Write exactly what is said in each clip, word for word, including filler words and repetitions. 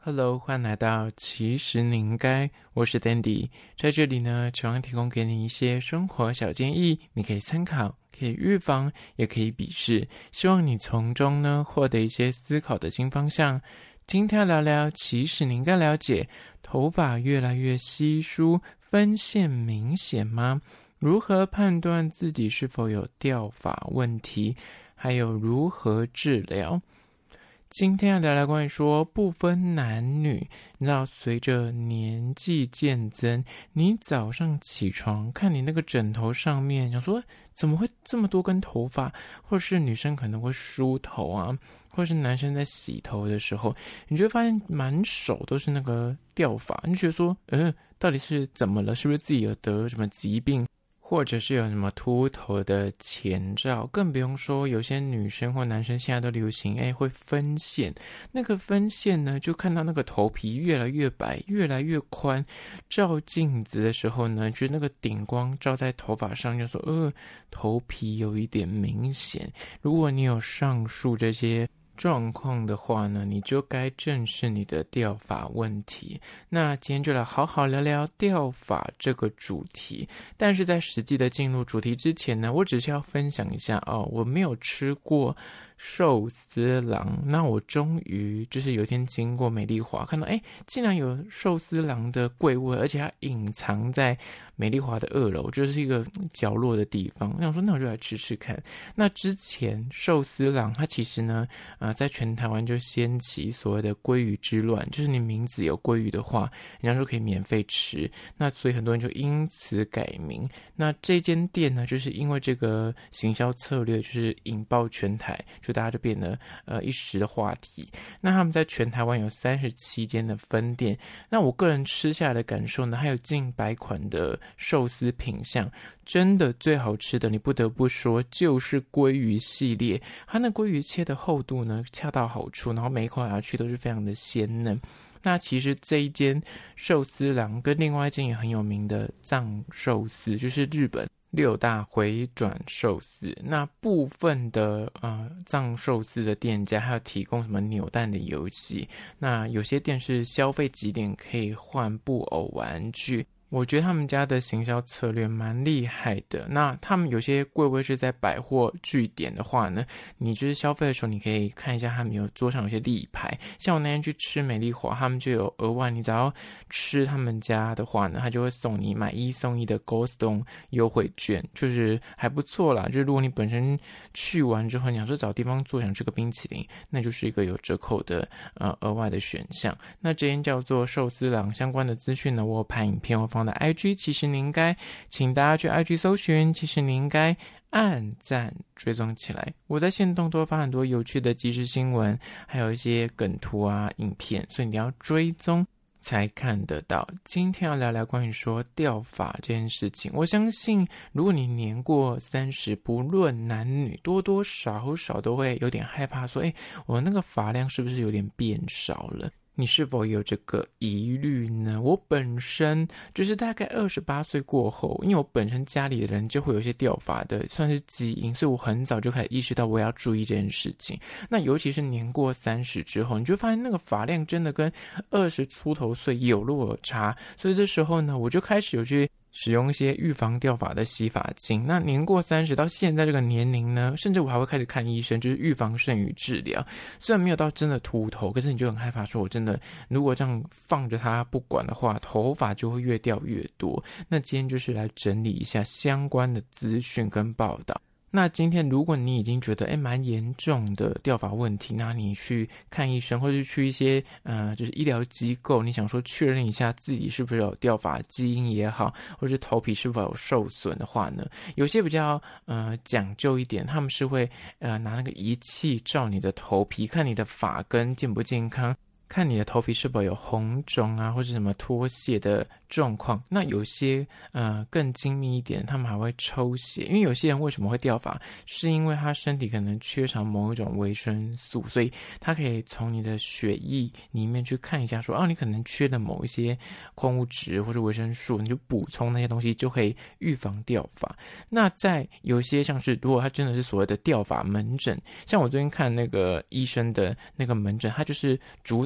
Hello， 欢迎来到其实你应该，我是 Dandy， 在这里呢，希望提供给你一些生活小建议，你可以参考，可以预防，也可以鄙视，希望你从中呢获得一些思考的新方向。今天要聊聊，其实你应该了解，头发越来越稀疏，分线明显吗？如何判断自己是否有掉发问题？还有如何治疗？今天要聊聊关于说不分男女，你知道随着年纪渐增，你早上起床看你那个枕头上面，想说怎么会这么多根头发，或是女生可能会梳头啊，或是男生在洗头的时候，你就会发现满手都是那个掉发，你就觉得说呃，到底是怎么了？是不是自己有得什么疾病？或者是有什么秃头的前兆，更不用说有些女生或男生现在都流行哎会分线，那个分线呢就看到那个头皮越来越白越来越宽，照镜子的时候呢觉得那个顶光照在头发上就说呃头皮有一点明显。如果你有上述这些状况的话呢，你就该正视你的掉发问题。那今天就来好好聊聊掉发这个主题。但是在实际的进入主题之前呢，我只是要分享一下哦，我没有吃过寿司郎，那我终于就是有一天经过美丽华，看到哎，竟然有寿司郎的柜位，而且它隐藏在美丽华的二楼，就是一个角落的地方。我想说，那我就来吃吃看。那之前寿司郎它其实呢，呃，在全台湾就掀起所谓的鲑鱼之乱，就是你名字有鲑鱼的话，人家说可以免费吃。那所以很多人就因此改名。那这间店呢，就是因为这个行销策略，就是引爆全台。就大家就变得呃一时的话题。那他们在全台湾有三十七间的分店。那我个人吃下来的感受呢，还有近百款的寿司品项，真的最好吃的，你不得不说就是鲑鱼系列。它那鲑鱼切的厚度呢，恰到好处，然后每一口咬下去都是非常的鲜嫩。那其实这一间寿司郎跟另外一间也很有名的藏寿司，就是日本六大回转寿司，那部分的呃藏寿司的店家还有提供什么扭蛋的游戏，那有些店是消费几点可以换布偶玩具。我觉得他们家的行销策略蛮厉害的。那他们有些柜位是在百货据点的话呢，你就是消费的时候，你可以看一下他们有桌上有些立牌。像我那天去吃美丽华，他们就有额外，你只要吃他们家的话呢，他就会送你买一送一的 Goldstone 优惠券，就是还不错啦。就是如果你本身去完之后，你想说找地方坐，想吃个冰淇淋，那就是一个有折扣的呃额外的选项。那这间叫做寿司郎，相关的资讯呢，我有拍影片，我放的 I G， 其实你应该请大家去 I G 搜寻，其实你应该按赞追踪起来。我在限动都发很多有趣的即时新闻，还有一些梗图啊影片，所以你要追踪才看得到。今天要聊聊关于说掉发这件事情。我相信如果你年过三十，不论男女，多多少少都会有点害怕说，诶，我那个发量是不是有点变少了？你是否有这个疑虑呢？我本身就是大概二十八岁过后，因为我本身家里的人就会有一些掉发的算是基因，所以我很早就开始意识到我要注意这件事情。那尤其是年过三十之后，你就发现那个发量真的跟二十出头岁有落差，所以这时候呢，我就开始有去使用一些预防掉发的洗发精。那年过三十到现在这个年龄呢，甚至我还会开始看医生，就是预防胜于治疗。虽然没有到真的秃头，可是你就很害怕说，我真的如果这样放着它不管的话，头发就会越掉越多。那今天就是来整理一下相关的资讯跟报道。那今天如果你已经觉得诶蛮严重的掉发问题，那你去看医生，或者去一些呃就是医疗机构，你想说确认一下自己是不是有掉发基因也好，或是头皮是否有受损的话呢，有些比较呃讲究一点，他们是会呃拿那个仪器照你的头皮，看你的发根健不健康，看你的头皮是否有红肿啊，或者什么脱屑的状况。那有些呃更精密一点，他们还会抽血，因为有些人为什么会掉发，是因为他身体可能缺少某一种维生素，所以他可以从你的血液里面去看一下说，哦，你可能缺了某一些矿物质或者维生素，你就补充那些东西，就可以预防掉发。那在有些像是如果他真的是所谓的掉发门诊，像我最近看那个医生的那个门诊，他就是主打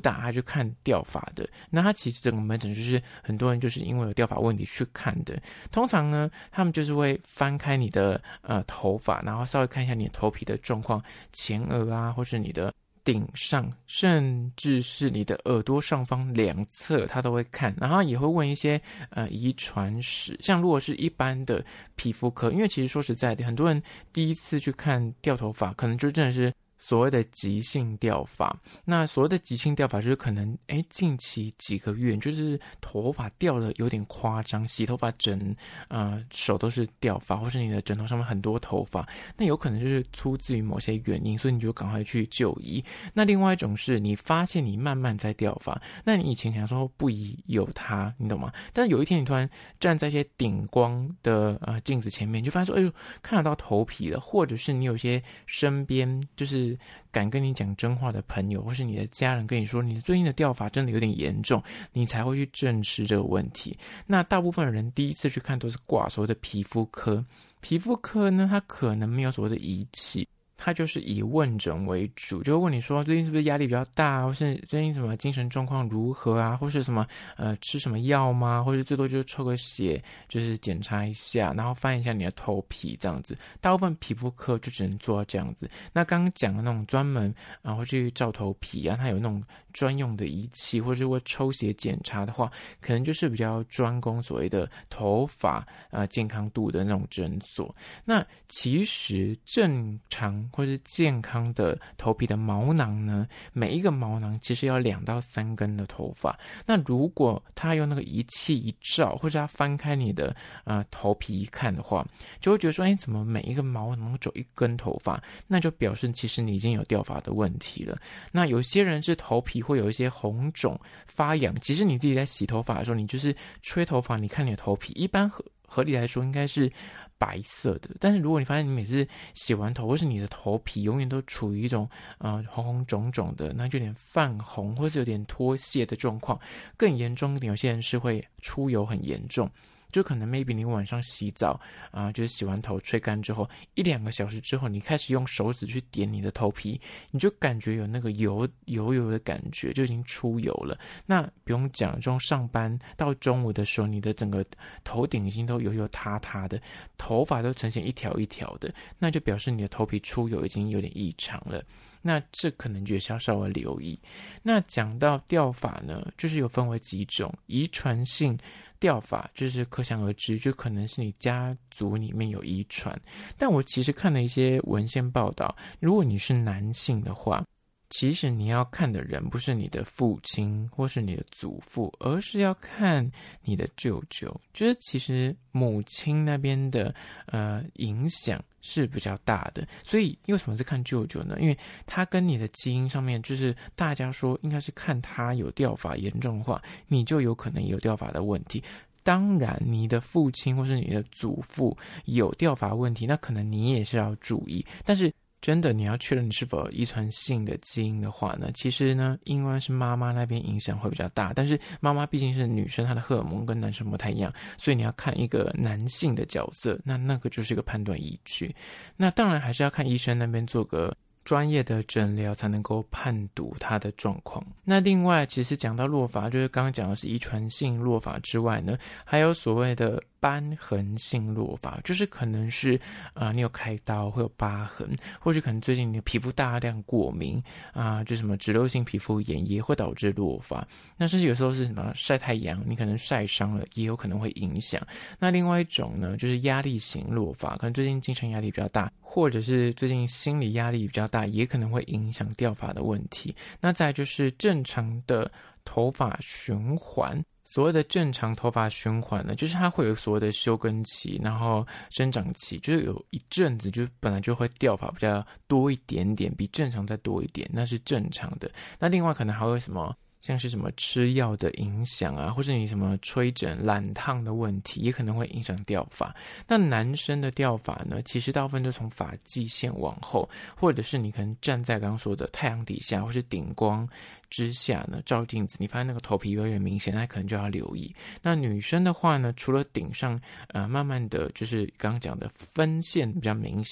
大，他去看掉发的。那他其实整个门诊就是很多人就是因为有掉发问题去看的。通常呢，他们就是会翻开你的呃头发，然后稍微看一下你的头皮的状况，前额啊，或是你的顶上，甚至是你的耳朵上方两侧，他都会看，然后也会问一些呃遗传史。像如果是一般的皮肤科，因为其实说实在的，很多人第一次去看掉头发，可能就真的是所谓的急性掉发。那所谓的急性掉发就是可能哎近期几个月就是头发掉了有点夸张，洗头发整呃手都是掉发，或是你的枕头上面很多头发，那有可能就是出自于某些原因，所以你就赶快去就医。那另外一种是你发现你慢慢在掉发，那你以前想说不疑有它，你懂吗？但是有一天你突然站在一些顶光的呃镜子前面，你就发现说哎呦看得到头皮了，或者是你有些身边就是敢跟你讲真话的朋友，或是你的家人跟你说你最近的掉发真的有点严重，你才会去正视这个问题。那大部分的人第一次去看都是挂所谓的皮肤科，皮肤科呢它可能没有所谓的仪器，他就是以问诊为主，就会问你说最近是不是压力比较大，或是最近什么精神状况如何啊，或是什么呃吃什么药吗，或是最多就是抽个血，就是检查一下，然后翻一下你的头皮这样子。大部分皮肤科就只能做到这样子。那刚刚讲的那种专门啊会去照头皮啊，它有那种专用的仪器，或是会抽血检查的话，可能就是比较专攻所谓的头发啊、呃、健康度的那种诊所。那其实正常或是健康的头皮的毛囊呢，每一个毛囊其实要两到三根的头发。那如果他用那个仪器一照，或是他翻开你的呃头皮一看的话，就会觉得说，哎，怎么每一个毛囊只有一根头发？那就表示其实你已经有掉发的问题了。那有些人是头皮会有一些红肿发痒，其实你自己在洗头发的时候，你就是吹头发，你看你的头皮，一般合合理来说应该是白色的，但是如果你发现你每次洗完头，或是你的头皮永远都处于一种呃红红肿肿的，那就有点泛红，或是有点脱屑的状况，更严重一点，有些人是会出油很严重。就可能 maybe 你晚上洗澡啊、呃，就是洗完头吹干之后，一两个小时之后，你开始用手指去点你的头皮，你就感觉有那个油油油的感觉，就已经出油了。那不用讲，从上班到中午的时候，你的整个头顶已经都油油塌塌的，头发都呈现一条一条的，那就表示你的头皮出油已经有点异常了。那这可能就是要稍微留意。那讲到掉发呢，就是有分为几种，遗传性掉发就是可想而知，就可能是你家族里面有遗传。但我其实看了一些文献报道，如果你是男性的话，其实你要看的人不是你的父亲或是你的祖父，而是要看你的舅舅。就是其实母亲那边的呃影响是比较大的。所以为什么是看舅舅呢？因为他跟你的基因上面，就是大家说应该是看他有掉发严重的话，你就有可能有掉发的问题。当然你的父亲或是你的祖父有掉发问题，那可能你也是要注意。但是真的你要确认你是否有遗传性的基因的话呢，其实呢因为是妈妈那边影响会比较大，但是妈妈毕竟是女生，她的荷尔蒙跟男生不太一样，所以你要看一个男性的角色，那那个就是一个判断依据。那当然还是要看医生那边做个专业的诊疗才能够判读他的状况。那另外其实讲到落发，就是刚刚讲的是遗传性落发之外呢，还有所谓的瘢痕性落发，就是可能是啊、呃、你有开刀会有疤痕，或是可能最近你的皮肤大量过敏啊、呃，就什么脂漏性皮肤炎也会导致落发。那甚至有时候是什么晒太阳，你可能晒伤了也有可能会影响。那另外一种呢就是压力型落发，可能最近精神压力比较大，或者是最近心理压力比较大，也可能会影响掉发的问题。那再来就是正常的头发循环。所谓的正常头发循环呢，就是它会有所谓的休根期，然后生长期，就是有一阵子就本来就会掉发比较多一点点，比正常再多一点，那是正常的。那另外可能还会什么像是什么吃药的影响啊，或是你什么吹疹染烫的问题，也可能会影响掉发。那男生的掉发呢，其实大部分就从发际线往后，或者是你可能站在刚刚说的太阳底下或是顶光之下呢，照镜子你发现那个头皮有点明显，那可能就要留意。那女生的话呢，除了顶上呃慢慢的就是刚刚讲的分线比较明显，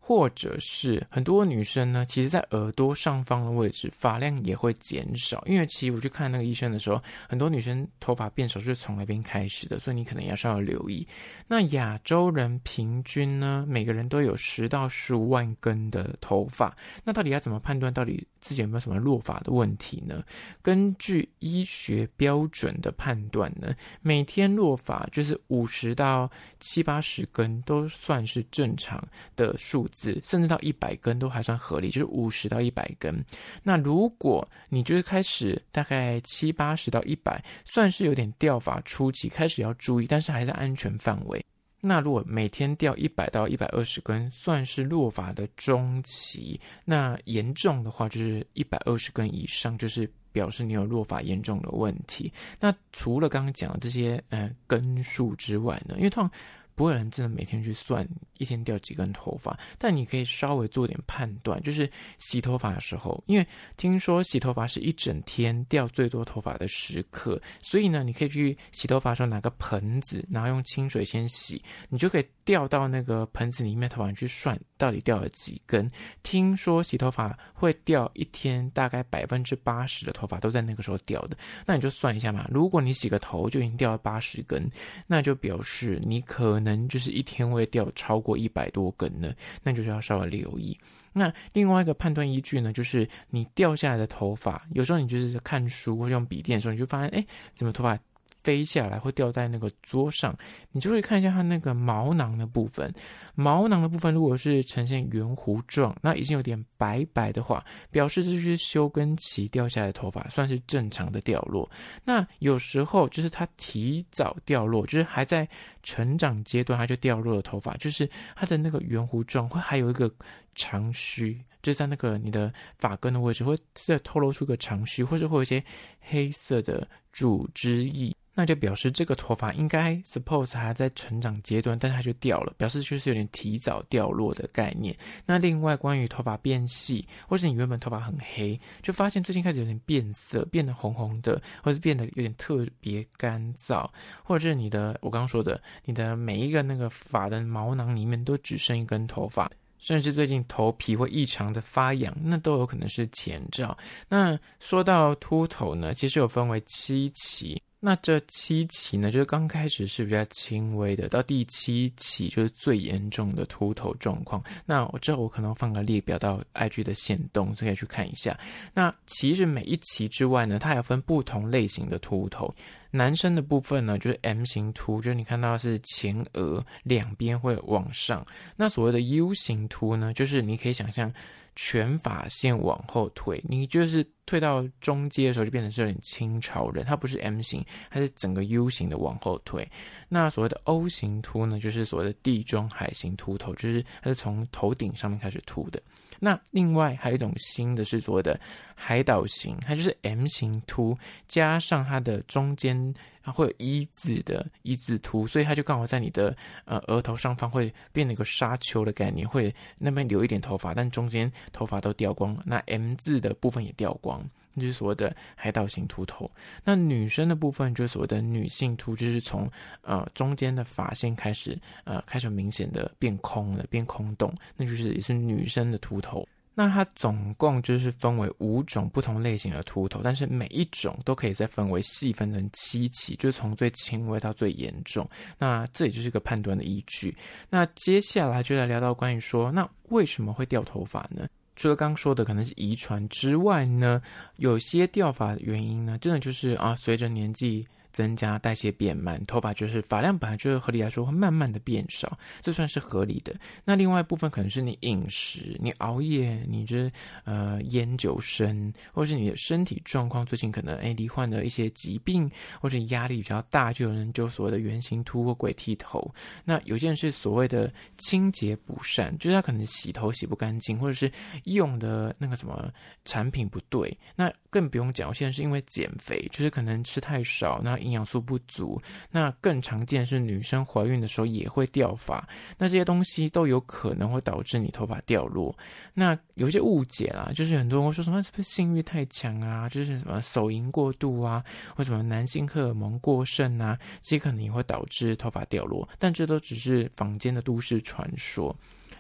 或者是很多女生呢，其实在耳朵上方的位置发量也会减少，因为其实我去看那个医生的时候，很多女生头发变少是从那边开始的，所以你可能要稍微留意。那亚洲人平均呢，每个人都有十到十五万根的头发，那到底要怎么判断到底自己有没有什么落发的问题呢？根据医学标准的判断呢，每天落发就是五十到七八十根都算是正常的数字，甚至到一百根都还算合理，就是五十到一百根。那如果你就是开始大概七八十到一百，算是有点掉发初期，开始要注意，但是还在安全范围。那如果每天掉一百到一百二十根，算是落发的中期。那严重的话就是一百二十根以上，就是表示你有落发严重的问题。那除了刚刚讲的这些呃根数之外呢，因为通常不会有人真的每天去算一天掉几根头发，但你可以稍微做点判断，就是洗头发的时候，因为听说洗头发是一整天掉最多头发的时刻，所以呢，你可以去洗头发的时候拿个盆子，然后用清水先洗，你就可以掉到那个盆子里面头发去算到底掉了几根。听说洗头发会掉一天大概百分之八十的头发都在那个时候掉的，那你就算一下嘛，如果你洗个头就已经掉了八十根，那就表示你可能就是一天会掉超过一百多根呢，那就是要稍微留意。那另外一个判断依据呢，就是你掉下来的头发，有时候你就是看书或者用笔电的时候，你就发现哎，怎么头发飞下来会掉在那个桌上，你就会看一下它那个毛囊的部分。毛囊的部分如果是呈现圆弧状，那已经有点白白的话，表示这就是休根期掉下来的头发，算是正常的掉落。那有时候就是它提早掉落，就是还在成长阶段它就掉落的头发，就是它的那个圆弧状会还有一个长须，就是在那个你的发根的位置会再透露出一个长须，或是会有一些黑色的组织液，那就表示这个头发应该 suppose 还在成长阶段，但是它就掉了，表示就是有点提早掉落的概念。那另外关于头发变细，或是你原本头发很黑，就发现最近开始有点变色，变得红红的，或是变得有点特别干燥，或者是你的我刚刚说的，你的每一个那个发的毛囊里面都只剩一根头发，甚至最近头皮会异常的发痒，那都有可能是前兆。那说到秃头呢，其实有分为七期。那这七期呢，就是刚开始是比较轻微的，到第七期就是最严重的秃头状况。那我之后我可能放个列表到 I G 的限动，所以可以去看一下。那其实每一期之外呢，它还有分不同类型的秃头。男生的部分呢，就是 M 型秃，就是你看到是前额两边会往上。那所谓的 U 型秃呢，就是你可以想象全发线往后退，你就是退到中阶的时候就变成是有点清朝人，它不是 M 型，它是整个 U 型的往后退。那所谓的 O 型秃呢，就是所谓的地中海型秃头，就是它是从头顶上面开始秃的。那另外还有一种新的是所谓的海岛型，它就是 M 型秃加上它的中间它会有一字的一字秃，所以它就刚好在你的呃额头上方会变成一个沙丘的概念，会那边留一点头发，但中间头发都掉光，那 M 字的部分也掉光，就是所谓的海岛型秃头。那女生的部分就是所谓的女性秃，就是从呃中间的发线开始呃开始明显的变空了，变空洞，那就是也是女生的秃头。那它总共就是分为五种不同类型的秃头，但是每一种都可以再分为细分成七期，就是从最轻微到最严重。那这也就是一个判断的依据。那接下来就来聊到关于说，那为什么会掉头发呢？除了刚刚说的可能是遗传之外呢，有些掉发的原因呢，真的就是啊，随着年纪增加，代谢变慢，头发就是发量本来就是合理来说会慢慢的变少，这算是合理的。那另外一部分可能是你饮食，你熬夜，你这呃烟酒生，或是你的身体状况最近可能哎罹患的一些疾病，或是压力比较大，就有人就所谓的圆形秃或鬼剃头。那有些人是所谓的清洁不善，就是他可能洗头洗不干净，或者是用的那个什么产品不对。那更不用讲，有些人是因为减肥，就是可能吃太少，那营养素不足。那更常见是女生怀孕的时候也会掉发，那这些东西都有可能会导致你头发掉落。那有一些误解啦，就是很多人会说什么是不是性欲太强啊，就是什么手淫过度啊，或什么男性荷尔蒙过剩啊，这些可能也会导致头发掉落，但这都只是坊间的都市传说。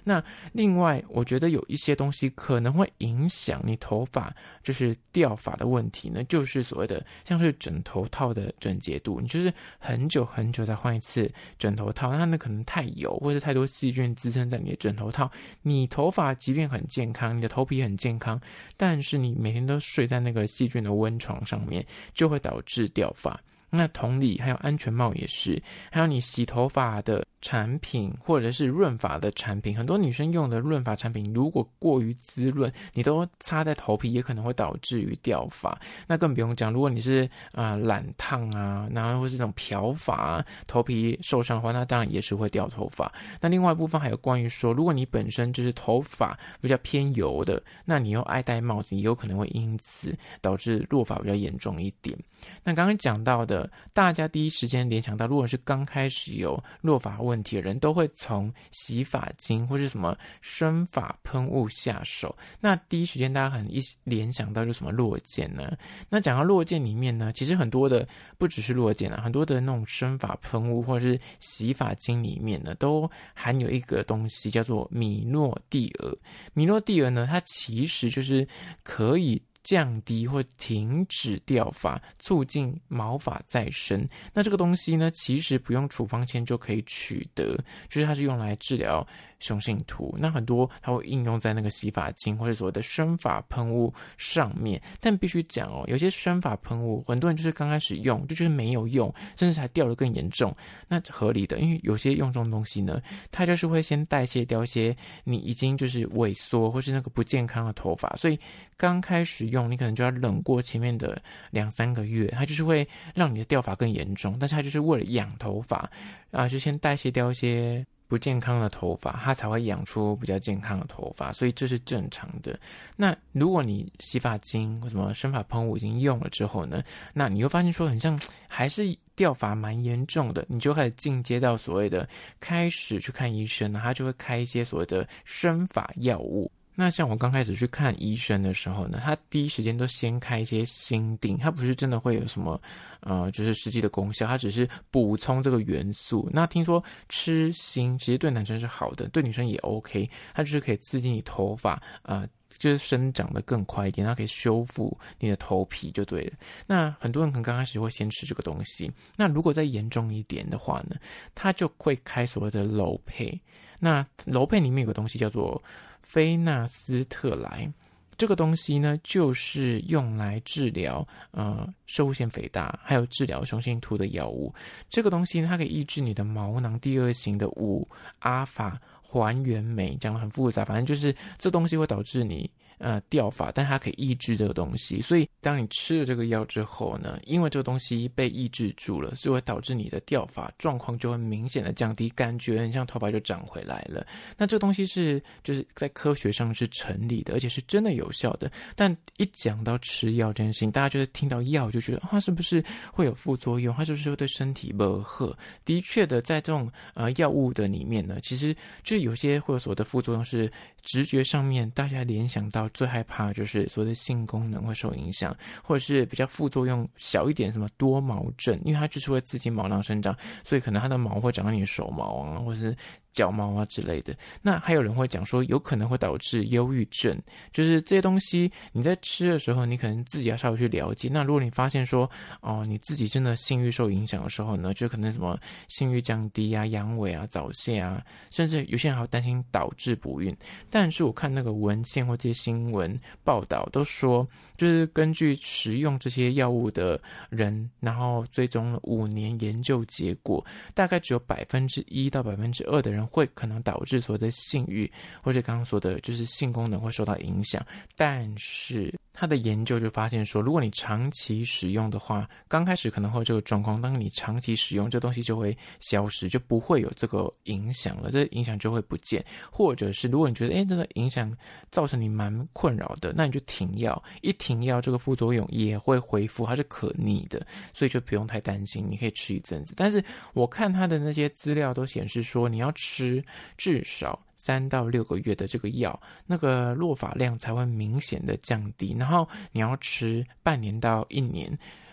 那另外我觉得有一些东西可能会影响你头发就是掉发的问题呢，就是所谓的像是枕头套的整洁度，你就是很久很久才换一次枕头套，那那可能太油或者太多细菌滋生在你的枕头套，你头发即便很健康，你的头皮很健康，但是你每天都睡在那个细菌的温床上面，就会导致掉发。那同理还有安全帽也是，还有你洗头发的产品或者是润发的产品，很多女生用的润发产品如果过于滋润，你都擦在头皮也可能会导致于掉发。那更不用讲，如果你是呃染烫啊，然后或是这种漂发啊，头皮受伤的话，那当然也是会掉头发。那另外一部分还有关于说，如果你本身就是头发比较偏油的，那你又爱戴帽子，也有可能会因此导致落发比较严重一点。那刚刚讲到的，大家第一时间联想到，如果是刚开始有落发问题的人，都会从洗发精或是什么生发喷雾下手。那第一时间大家很一联想到就是什么落健呢？那讲到落健里面呢，其实很多的不只是落健啊，很多的那种生发喷雾或者是洗发精里面呢，都含有一个东西叫做米诺地尔。米诺地尔呢，它其实就是可以降低或停止掉发，促进毛发再生。那这个东西呢，其实不用处方签就可以取得，就是它是用来治疗雄性秃。那很多它会应用在那个洗发精或者所谓的生发喷雾上面。但必须讲哦，有些生发喷雾，很多人就是刚开始用就觉得没有用，甚至还掉得更严重。那合理的，因为有些用这种东西呢，它就是会先代谢掉一些你已经就是萎缩或是那个不健康的头发，所以刚开始用你可能就要忍过前面的两三个月，它就是会让你的掉发更严重，但是它就是为了养头发啊，就先代谢掉一些不健康的头发，它才会养出比较健康的头发，所以这是正常的。那如果你洗发精或什么生发喷雾已经用了之后呢，那你会发现说很像还是掉发蛮严重的，你就开始进阶到所谓的开始去看医生，他就会开一些所谓的生发药物。那像我刚开始去看医生的时候呢，他第一时间都先开一些锌锭，他不是真的会有什么呃，就是实际的功效，他只是补充这个元素。那听说吃锌其实对男生是好的，对女生也 OK， 它就是可以刺激你头发呃就是生长得更快一点，它可以修复你的头皮就对了。那很多人可能刚开始会先吃这个东西，那如果再严重一点的话呢，他就会开所谓的柔配。那柔配里面有个东西叫做菲纳斯特莱，这个东西呢，就是用来治疗呃攝護腺肥大，还有治疗雄性秃的药物。这个东西呢，它可以抑制你的毛囊第二型的五阿法还原酶，讲得很复杂，反正就是这东西会导致你呃掉发，但它可以抑制这个东西。所以当你吃了这个药之后呢，因为这个东西被抑制住了，所以会导致你的掉发状况就会明显的降低，感觉很像头发就长回来了。那这个东西是就是在科学上是成立的，而且是真的有效的。但一讲到吃药这件事情，大家就会听到药就觉得它是不是会有副作用，它是不是会对身体不好。的确的，在这种呃药物的里面呢，其实就有些会有所谓的副作用，是直觉上面大家联想到最害怕就是所谓的性功能会受影响，或者是比较副作用小一点，什么多毛症，因为它就是会刺激毛囊生长，所以可能它的毛会长到你的手毛啊，或者是脚毛啊之类的。那还有人会讲说有可能会导致忧郁症，就是这些东西你在吃的时候你可能自己要稍微去了解。那如果你发现说哦你自己真的性欲受影响的时候呢，就可能什么性欲降低啊、阳痿啊、早泄啊，甚至有些人还会担心导致不孕。但是我看那个文献或这些新闻报道都说，就是根据食用这些药物的人，然后追踪了五年研究结果，大概只有百分之一到百分之二的人会可能导致所谓的性欲或者刚刚说的就是性功能会受到影响。但是他的研究就发现说，如果你长期使用的话，刚开始可能会有这个状况，当你长期使用这东西就会消失，就不会有这个影响了，这影响就会不见。或者是如果你觉得诶这个影响造成你蛮困扰的，那你就停药，一停药这个副作用也会恢复，它是可逆的，所以就不用太担心，你可以吃一阵子。但是我看他的那些资料都显示说，你要吃至少三到六个月的这个药，那个落发量才会明显的降低，然后你要吃半年到一年，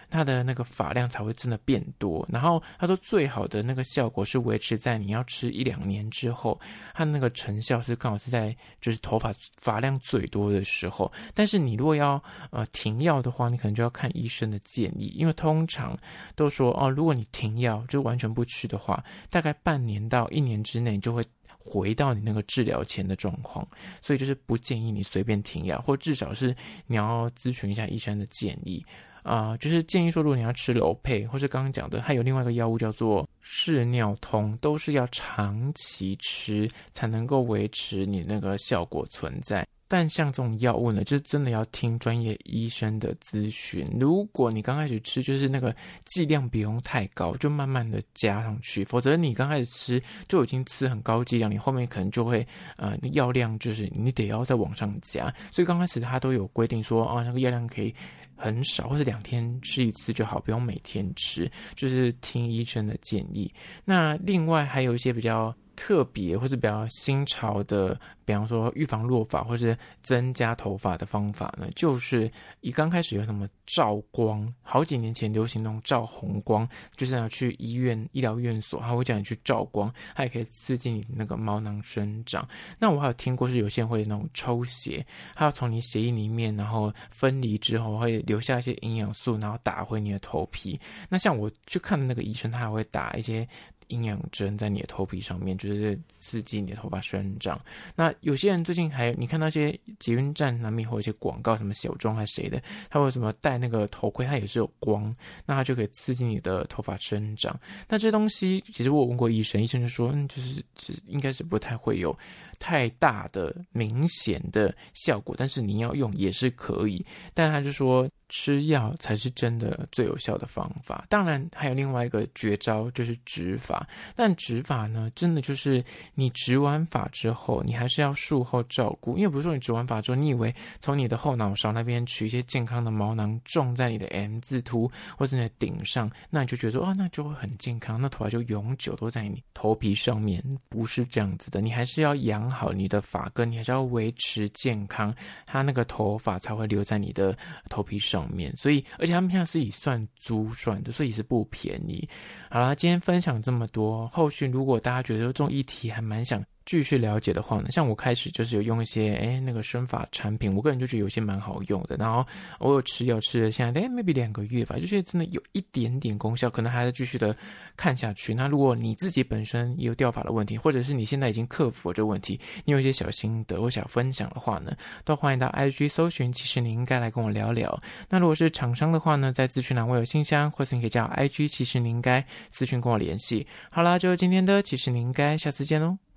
它的那个发量才会真的变多。然后他说最好的那个效果是维持在你要吃一两年之后，它那个成效是刚好是在就是头发发量最多的时候。但是你如果要呃停药的话，你可能就要看医生的建议，因为通常都说哦，如果你停药就完全不吃的话，大概半年到一年之内就会回到你那个治疗前的状况，所以就是不建议你随便停药，或至少是你要咨询一下医生的建议啊、呃，就是建议说，如果你要吃柔配，或是刚刚讲的，它有另外一个药物叫做视尿通，都是要长期吃才能够维持你那个效果存在。但像这种药物呢，就是真的要听专业医生的咨询。如果你刚开始吃，就是那个剂量不用太高，就慢慢的加上去，否则你刚开始吃就已经吃很高剂量，你后面可能就会呃药量就是你得要再往上加。所以刚开始他都有规定说，哦，那个药量可以很少，或是两天吃一次就好，不用每天吃，就是听医生的建议。那另外还有一些比较特别或是比较新潮的，比方说预防落发或是增加头发的方法呢，就是一刚开始有什么照光，好几年前流行那种照红光，就是要去医院医疗院所，他会叫你去照光，它也可以刺激你那个毛囊生长。那我还有听过是有些人会那种抽血，它要从你血液里面然后分离之后会留下一些营养素，然后打回你的头皮。那像我去看的那个医生，他还会打一些营养针在你的头皮上面，就是刺激你的头发生长。那有些人最近还你看那些捷运站难免会有一些广告，什么小钟还是谁的，他为什么戴那个头盔，它也是有光，那它就可以刺激你的头发生长。那这东西其实我有问过医生，医生就说嗯，就是就是应该是不太会有太大的明显的效果，但是你要用也是可以。但他就说吃药才是真的最有效的方法。当然还有另外一个绝招，就是植发。但植发呢，真的就是你植完发之后，你还是要术后照顾。因为比如说你植完发之后，你以为从你的后脑勺那边取一些健康的毛囊种在你的 M 字秃或者你的顶上，那你就觉得说哦，那就会很健康，那头发就永久都在你头皮上面。不是这样子的，你还是要养好你的发根，你还是要维持健康，它那个头发才会留在你的头皮上面。所以而且他们现在是以算租算的，所以是不便宜。好啦，今天分享这么多，后续如果大家觉得这种议题还蛮想继续了解的话呢，像我开始就是有用一些诶那个生发产品，我个人就觉得有些蛮好用的，然后我有吃药吃了现在诶 maybe 两个月吧，就觉得真的有一点点功效，可能还是继续的看下去。那如果你自己本身也有掉发的问题，或者是你现在已经克服了这个问题，你有一些小心得或想分享的话呢，都欢迎到 I G 搜寻其实你应该来跟我聊聊。那如果是厂商的话呢，在资讯栏我有信箱，或是你可以叫 I G 其实你应该私讯跟我联系。好啦，就是今天的其实你应该，下次见咯。